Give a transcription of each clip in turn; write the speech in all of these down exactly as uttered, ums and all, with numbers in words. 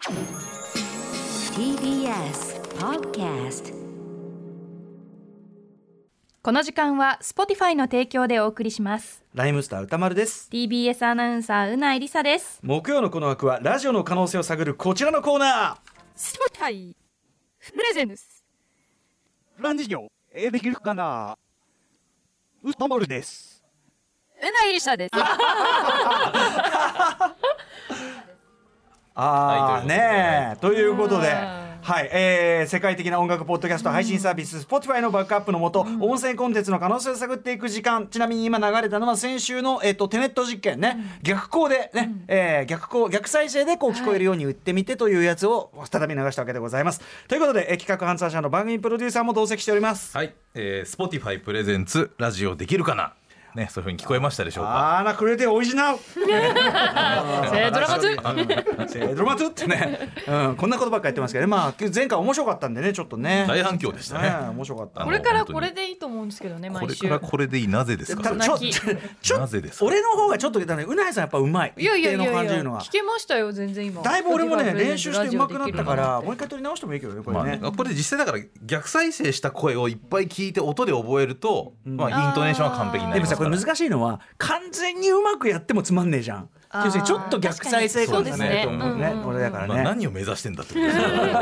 ティービーエス Podcast。 この時間は Spotify の提供でお送りします。 ライムスター歌丸です。 ティービーエス アナウンサーうないりさです。 木曜のこの枠はラジオの可能性を探るこちらのコーナー、 Spotify プレゼンスラジオできるかな、歌丸です。 うないりさです。 あーねえということで、はい、えー、世界的な音楽ポッドキャスト配信サービス、うん、Spotify のバックアップのもと、うん、音声コンテンツの可能性を探っていく時間。ちなみに今流れたのは先週の、えー、とテネット実験ね、うん、逆光でね、うんえー、逆光逆再生でこう聞こえるように打ってみてというやつを再び流したわけでございます、はい、ということで、えー、企画班参者の番組プロデューサーも同席しております。 はい、えー、Spotify プレゼンツラジオできるかなね、そういう風に聞こえましたでしょうか。 あーなくれてオリジナルセードラマツセードラマツってね、うん、こんなことばっかり言ってますけどね、まあ、前回面白かったんでね、ちょっとね大反響でしたね、 ね面白かった。 これからこれでいいと思うんですけどね、毎週これからこれでいい。なぜですか。 ちょちょなぜですか。 俺の方がちょっとうないさんやっぱうまい。 いやいやいやいや一定の感じるのは聞けましたよ全然。今だいぶ俺もね練習してうまくなったから、もう一回撮り直してもいいけどねこれね、 まあ、これ実際だから逆再生した声をいっぱい聞いて音で覚えると、うんまあ、イントネーションは完璧になりますから。 でもさこれ難しいのは完全にうまくやってもつまんねえじゃん。要するにちょっと逆再生感がないと思うね。これだからね、 まあ、何を目指してんだってことですね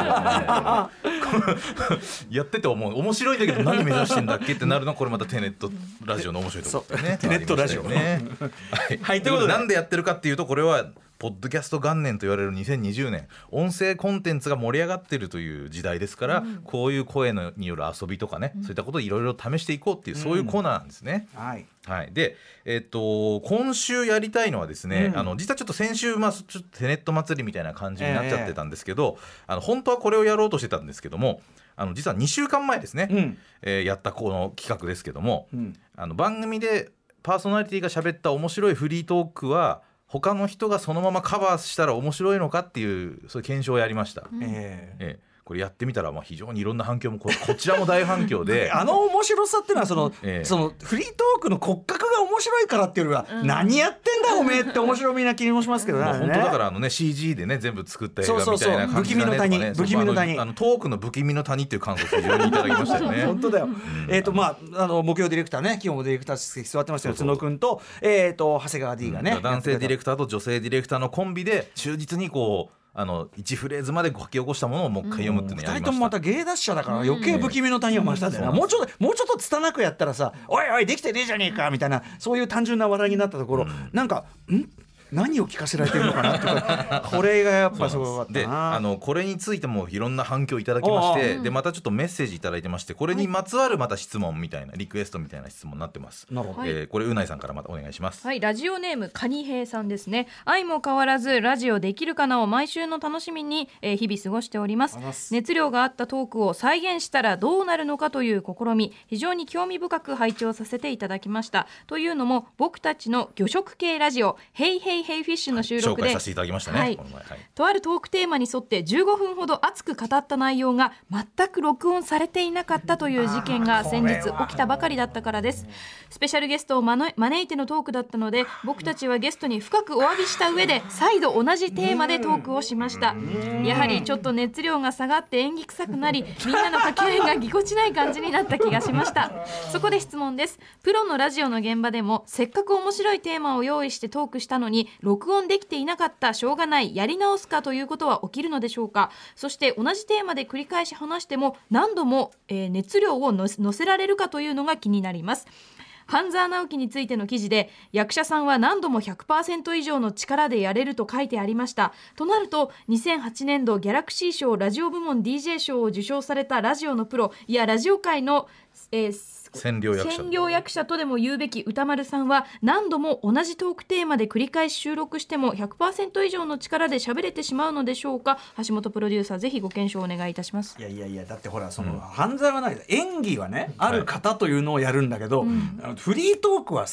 やってて思う面白いんだけど何目指してんだっけってなるのはこれまたテネットラジオの面白いところですね。 テネットラジオねはい、はい、ということでなんでやってるかっていうと、これはポッドキャスト元年と言われるにせんにじゅうねん、音声コンテンツが盛り上がってるという時代ですから、うん、こういう声のによる遊びとかね、うん、そういったことをいろいろ試していこうっていう、そういうコーナーなんですね、うんはいはい、で、えっと、今週やりたいのはですね、うん、あの実はちょっと先週、まあ、ちょっとテネット祭りみたいな感じになっちゃってたんですけど、えー、あの本当はこれをやろうとしてたんですけども、あの実はにしゅうかんまえですね、うんえー、やったこの企画ですけども、うん、あの番組でパーソナリティが喋った面白いフリートークは他の人がそのままカバーしたら面白いのかっていうそういう検証をやりました、うんえーえーこれやってみたらまあ非常にいろんな反響も こ, こちらも大反響であの面白さっていうのはその、えー、そのフリートークの骨格が面白いからっていうよりは、うん、何やってんだおめえって面白みな気もしますけどね、 まあ、本当だからあの、ね、シージー でね全部作った映画みたいな感じだねとかね、 不気味の谷、 あのトークの不気味の谷っていう感想を非常にいただきましたよね本当だよ、うん、えーとまああの木曜ディレクターね、基本ディレクター席座ってましたけど角くんと、えーと長谷川 D がね、 うん、男性ディレクターと女性ディレクターのコンビで忠実にこうあのいちフレーズまで書き起こしたものをもう一回読むっていうのをやりました。 ふたりともまた芸達者だから余計不気味の谷を増したんだよな、うん、もうちょっともうちょっと拙くやったらさ、おいおいできてねえじゃねえかみたいな、そういう単純な笑いになったところ、うん、なんかん何を聞かせられてるのかなってこれがやっぱすごかったな。 であのこれについてもいろんな反響いただきまして、でまたちょっとメッセージいただいてまして、これにまつわるまた質問みたいなリクエストみたいな質問になってます。なるほど、えー、これうないさんからまたお願いします。 はい、ラジオネームカニヘイさんですね。愛も変わらずラジオできるかなを毎週の楽しみに、えー、日々過ごしております。熱量があったトークを再現したらどうなるのかという試み、非常に興味深く拝聴させていただきました。というのも僕たちの魚食系ラジオヘイヘイヘイフィッシュの収録で紹介させていただきましたね、 はいこの前、はい、とあるトークテーマに沿ってじゅうごふんほど熱く語った内容が全く録音されていなかったという事件が先日起きたばかりだったからです。スペシャルゲストを招いてのトークだったので、僕たちはゲストに深くお詫びした上で再度同じテーマでトークをしました。やはりちょっと熱量が下がって演技臭くなり、みんなの掛け合いがぎこちない感じになった気がしました。そこで質問です。プロのラジオの現場でもせっかく面白いテーマを用意してトークしたのに録音できていなかった、しょうがない、やり直すかということは起きるのでしょうか。そして同じテーマで繰り返し話しても何度も、えー、熱量をの乗せられるかというのが気になります。半沢直樹についての記事で、役者さんは何度も ひゃくパーセント 以上の力でやれると書いてありました。となるとにせんはちねんどギャラクシー賞ラジオ部門 ディージェー 賞を受賞されたラジオのプロ、いやラジオ界の、えー占領役者占領役者とでも言うべき歌丸さんは、何度も同じトークテーマで繰り返し収録しても ひゃくパーセント 以上の力で喋れてしまうのでしょうか。橋本プロデューサー、ぜひご検証お願いいたします。 いやいやいや、だってほらその、うん、犯罪はない、演技はねある方というのをやるんだけど、うん、フリートークはさ、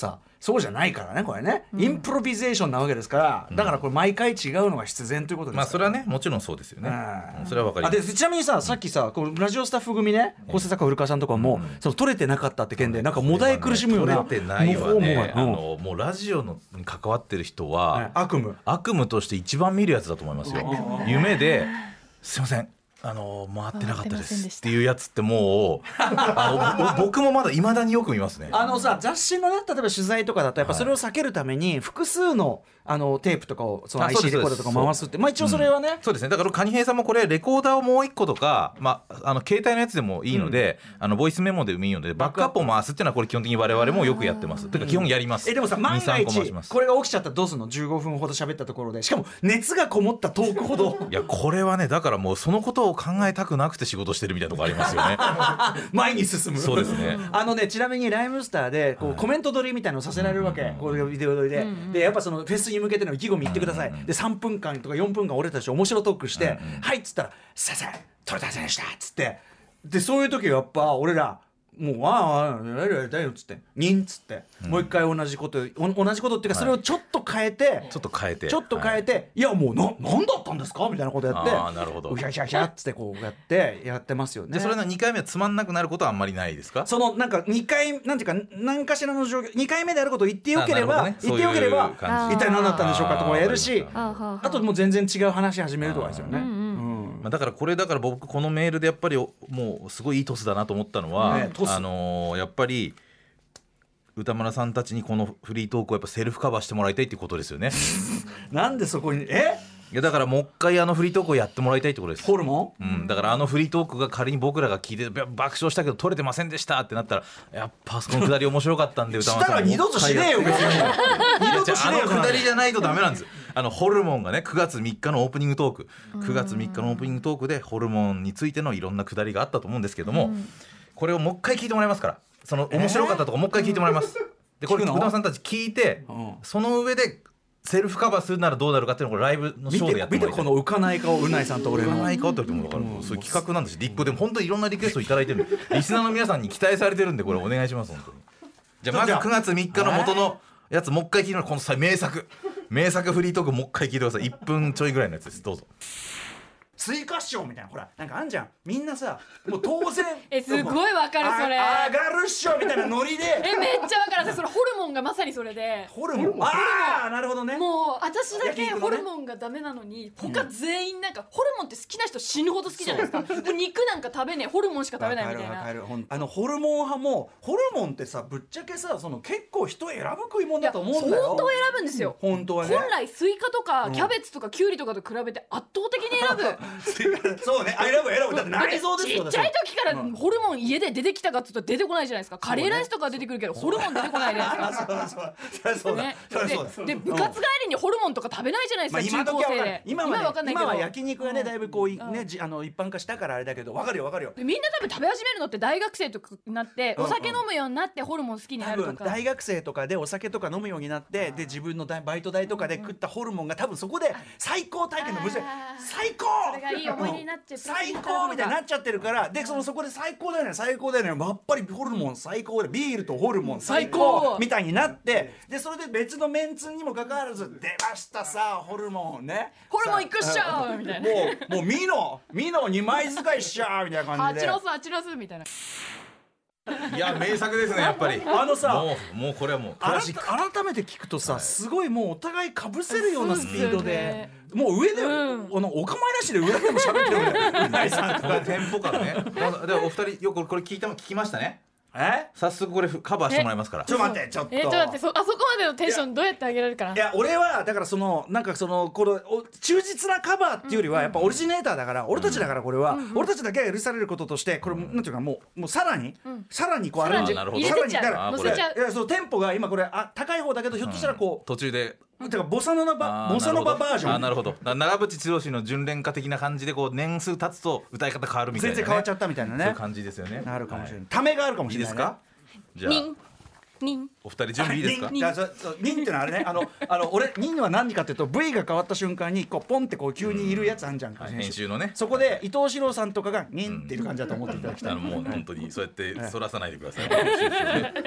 そうじゃないからねこれね、インプロビゼーションなわけですから、だからこれ毎回違うのが必然ということですから、 まあそれはねもちろんそうですよね、うん、それはわかります。 あでちなみにさ、さっきさこうラジオスタッフ組ね、構成作家古川さんとかも、うん、その取れてなかったって件でなんかもだえ苦しむような、 取れてないわね、あのもうラジオのに関わってる人は、ね、 悪夢悪夢として一番見るやつだと思いますよ。夢ですいませんあの回ってなかったですっていうやつってもうあの僕もまだ未だによく見ますね。 あのさ雑誌のね例えば取材とかだとやっぱそれを避けるために複数のあのテープとかをその アイシー レコーダーとか回すって、まあ一応それはね、 うん、そうですね。だからカニヘイさんもこれレコーダーをもう一個とか、まあ、あの携帯のやつでもいいので、うん、あのボイスメモでもいいのでバックアップを回すっていうのはこれ基本的に我々もよくやってます。というか基本やります。 えでもさ万が一これが起きちゃったらどうするの？じゅうごふんほど喋ったところでしかも熱がこもったトークほどいやこれはねだからもうそのことを考えたくなくて仕事してるみたいなところありますよね前に進む。 そうですね。 あのねちなみにライムスターでこう、はい、コメント撮りみたいなのさせられるわけ、うん、こうビデオ撮りで、うん、でやっぱそのフェスに向けての意気込み言ってください、うん、でさんぷんかんとかよんぷんかん俺たち面白トークして、うん、はいっつったら先生撮れたせんでしたっつってでそういう時やっぱ俺らもうああ何やりたいよっつってにんっつって、うん、もう一回同じこと同じことっていうかそれをちょっと変えて、はい、 ちょっと変えてちょっと変えて、はい、いやもうな何だったんですかみたいなことやってあなるほどうひゃひゃひゃっつってこうやってやってますよね。 でそれのにかいめはつまんなくなることはあんまりないですか？ そのなんかにかいなんていうか何かしらの状況にかいめであることを言ってよければ、ね、言ってよければ一体何だったんでしょうかとかやるし あ, あともう全然違う話始めるとかですよね。 まあ、だからこれだから僕このメールでやっぱりもうすごいいいトスだなと思ったのは、ね、あのー、やっぱり歌村さんたちにこのフリートークをやっぱセルフカバーしてもらいたいっていうことですよねなんでそこにえいやだからもう一回あのフリートークをやってもらいたいってことです。 ホルモン、うん、だからあのフリートークが仮に僕らが聞いて爆笑したけど撮れてませんでしたってなったらやっぱそのくだり面白かったんで歌丸さんしたら二度としねえよ別に二度としねえよあのくだりじゃないとダメなんです。あのホルモンがねくがつみっかのオープニングトークくがつみっかのオープニングトークでホルモンについてのいろんなくだりがあったと思うんですけども、これをもう一回聞いてもらいますからその面白かったとこもう一回聞いてもらいます、でこれ歌丸さんたち聞いてその上でセルフカバーするならどうなるかっていうのをライブのショーでやってもらいたい。見てこの浮かない顔うないさんと俺の浮かない顔って言ってもだから、うん、そういう企画なんです。リップでも本当にいろんなリクエストいただいてるんでリスナーの皆さんに期待されてるんでこれお願いします本当に。じゃあまずくがつみっかの元のやつもう一回聞いてもらうこの際名作名作フリートークもう一回聞いてください。いっぷんちょいぐらいのやつです。どうぞ。 追加賞みたいなほらなんかあんじゃんみんなさもう当然えすごいわかるそれあ上がるっしょみたいなノリでえめっちゃわかるそれホルモンがまさにそれでホルモンああなるほどね。 もう私だけホルモンがダメなのに他全員なんか、うん、ホルモンって好きな人死ぬほど好きじゃないですか。もう肉なんか食べねえホルモンしか食べないみたいな。 あのホルモン派もホルモンってさぶっちゃけさその結構人選ぶ食い物だと思うんだよ。 相当選ぶんですよ、 うん、本当はね。 本来スイカとかキャベツとかキュウリとかと比べて圧倒的に選ぶそうね、選ぶ選ぶだって内臓ですよ。 ちっちゃい時からホルモン家で出てきたかって言ったら出てこないじゃないですか。カレーライスとか出てくるけどホルモン出てこないじゃないですか。 そうそうね。 で部活帰りにホルモンとか食べないじゃないですか。中高生で今は今は焼肉がねだいぶこうねあの一般化したからあれだけどわかるよわかるよ。 みんな多分食べ始めるのって大学生とかになってお酒飲むようになってホルモン好きになるとか。 大学生とかでお酒とか飲むようになってで自分のバイト代とかで食ったホルモンが多分そこで最高体験のむずい最高。 それがいい思い出になっちゃう。 最高みたいになっちゃってるからでそのそこで最高だよね最高だよねやっぱりホルモン最高でビールとホルモン最高みたいになってでそれで別のメンツにもかかわらず出ましたさホルモンねホルモンいくっしょみたいなもうもうミノミノにまい使いしちゃうみたいな感じでハチロスハチロスみたいな。 いや名作ですねやっぱりあのさもう、もうこれはもうクラシック改めて聞くとさ、はい、すごいもうお互いかぶせるようなスピードでもう上で、うん、あのお構いなしで裏でも喋ってるよねうないさんとかテンポ感ねでお二人よくこれ聞いた聞きましたね。 え早速これカバーしてもらいますから。 ちょっと待ってちょっとえちょっと待ってそあそこまでのテンションどうやって上げられるかな。 いや俺はだからそのなんかそのこの忠実なカバーっていうよりはやっぱオリジネーターだから俺たちだからこれは俺たちだけが許されることとしてこれなんていうかもうもうさらにさらにこうアレンジさらに入れてちゃう乗せちゃう。 いやそのテンポが今これあ高い方だけどひょっとしたらこう途中でてかボサノバボサノババージョン。 あなるほど。長渕剛の純恋歌的な感じでこう年数経つと歌い方変わるみたいな、ね、 全然変わっちゃったみたいなね。 そういう感じですよね。 なるかもしれない。ためがあるかもしれない、ね。 いいですか。じゃあニンお二人準備いいですか。 じゃあニンってのはあれねあのあの俺ニンは何かっていうと ブイ が変わった瞬間にこうポンってこう急にいるやつあんじゃん、 はい、編集のねそこで伊藤四郎さんとかがニンっていう感じだと思っていただきたい、 うん、あのもう本当にそうやってそらさないでください、ね、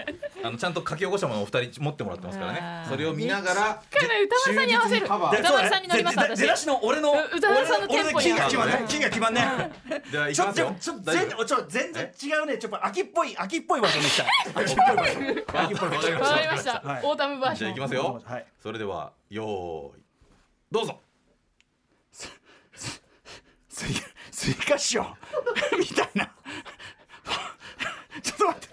あのちゃんと書き起こしたものをお二人持ってもらってますからねあーそれを見ながら歌丸さんに合わせる。歌で丸さんに乗りますそうだね私。 出だしの俺のう歌丸さんのテンポに俺の俺の金が決まん合わせるね金が決まんねでは行きちょっとますよちょっと大丈全然ちょ全然違うねちょっと秋っぽい秋っぽい場所に来た秋っぽい場所秋っぽい場所わかりました。 はいオータムバー夫じゃあジョン。 行きますよ、 はいそれではよーいどうぞスイスイカ師匠みたいなちょっと待って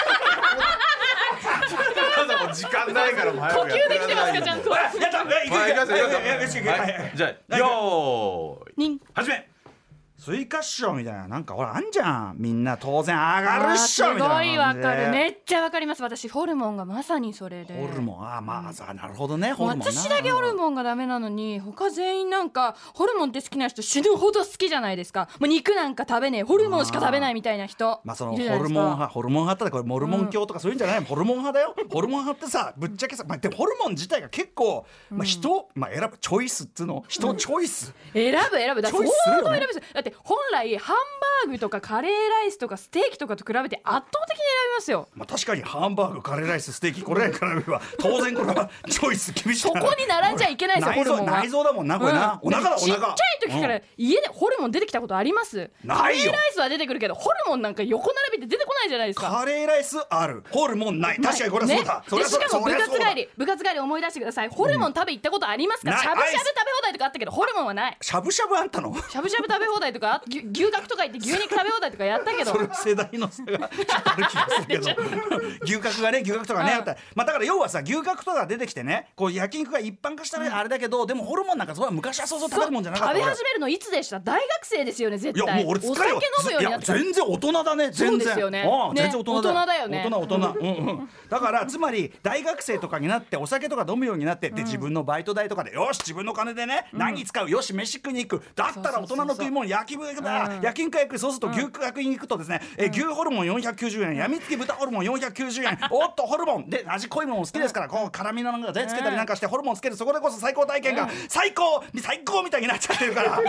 まだもう時間ないからもう早呼吸くやってできてますかちゃんと。 やったえいくいくはい行きますよはいはいはい行きますよはいはいじゃあよーいにん。 始めスイカ師匠みたいななんかほらあんじゃんみんな当然上がるっしょみたいな感じですごいわかる。めっちゃわかります。私ホルモンがまさにそれで。 ホルモンあーまあさなるほどねホルモンな私だけホルモンがダメなのに他全員なんかホルモンって好きな人死ぬほど好きじゃないですか。もう肉なんか食べねえホルモンしか食べないみたいな人まあそのいるじゃないですかホルモン派ホルモン派ってこれモルモン教とかそういうんじゃない、ホルモン派だよホルモン派ってさぶっちゃけさ、まあ、でもホルモン自体が結構、まあ、人、まあ、選ぶチョイスっつうの人チョイス、 選ぶ選ぶだってチョイスするよね相当選ぶですだって本来ハンバーグとかカレーライスとかステーキとかと比べて圧倒的に選びますよ。 まあ、確かにハンバーグカレーライスステーキこれらに比べれば当然これはチョイス厳しいそこに並んじゃいけないですよホ内臓ルモンは。 内臓だもんなこれな、 うんお腹だお腹ちっちゃい時から家でホルモン出てきたことあります？ ないよカレーライスは出てくるけどホルモンなんか横並びで出てこないじゃないですか。 カレーライスあるホルモンない確かにこれはそうだ、 ね、 それはそうだでしかも部そりゃそうだ活帰り部活帰り思い出してください。ホルモン食べ行ったことありますか？ ないしゃぶしゃぶ食べ放題とかあったけどホルモンはない。 しゃぶしゃぶあんたのしゃぶしゃぶ食べ放題とか牛牛角とか行って牛肉食べ放題とかやったけどそれ世代の差がちょっとある気がするけど牛角がね牛角とかね、 うんあったまあだから要はさ牛角とか出てきてねこう焼肉が一般化したらあれだけど、でもホルモンなんかそうは昔はそうそう食べるもんじゃなかった食べ始めるのいつでした？大学生ですよね絶対。 いやもう俺疲れよお酒飲むようになったいや全然大人だね全然そうですよねうんね全然大人だ大人だよね大人大人、うんうん、だからつまり大学生とかになってお酒とか飲むようになってで自分のバイト代とかでよし自分の金でね、何使うよし飯食いに行くだったら大人の食い物焼き肉だ、焼肉屋行くそうすると牛角に行くとですね、え牛ホルモンよんひゃくきゅうじゅうえんやみつき豚ホルモンよんひゃくきゅうじゅうえんおっとホルモンで味濃いもの好きですからこう辛みのなんかでつけたりなんかしてホルモンつけるそこでこそ最高体験が最高最高みたいになっちゃってるから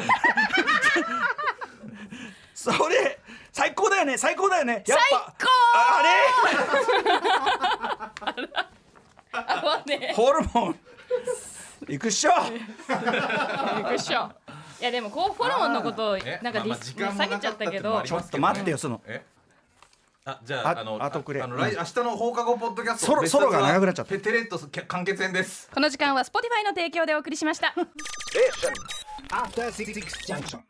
それ最高だよね最高だよねやっぱ最高あれあわねホルモンいくっしょびっくりしたいやでもこうホルモンのことをえなんかディまあまあス下げちゃったけどちょっと待ってよそのえあじゃあああの後くれあの来明日の放課後ポッドキャストソロソロが長くなっちゃったテテレット完結編ですこの時間は Spotify の提供でお送りしました。 After Six Junction.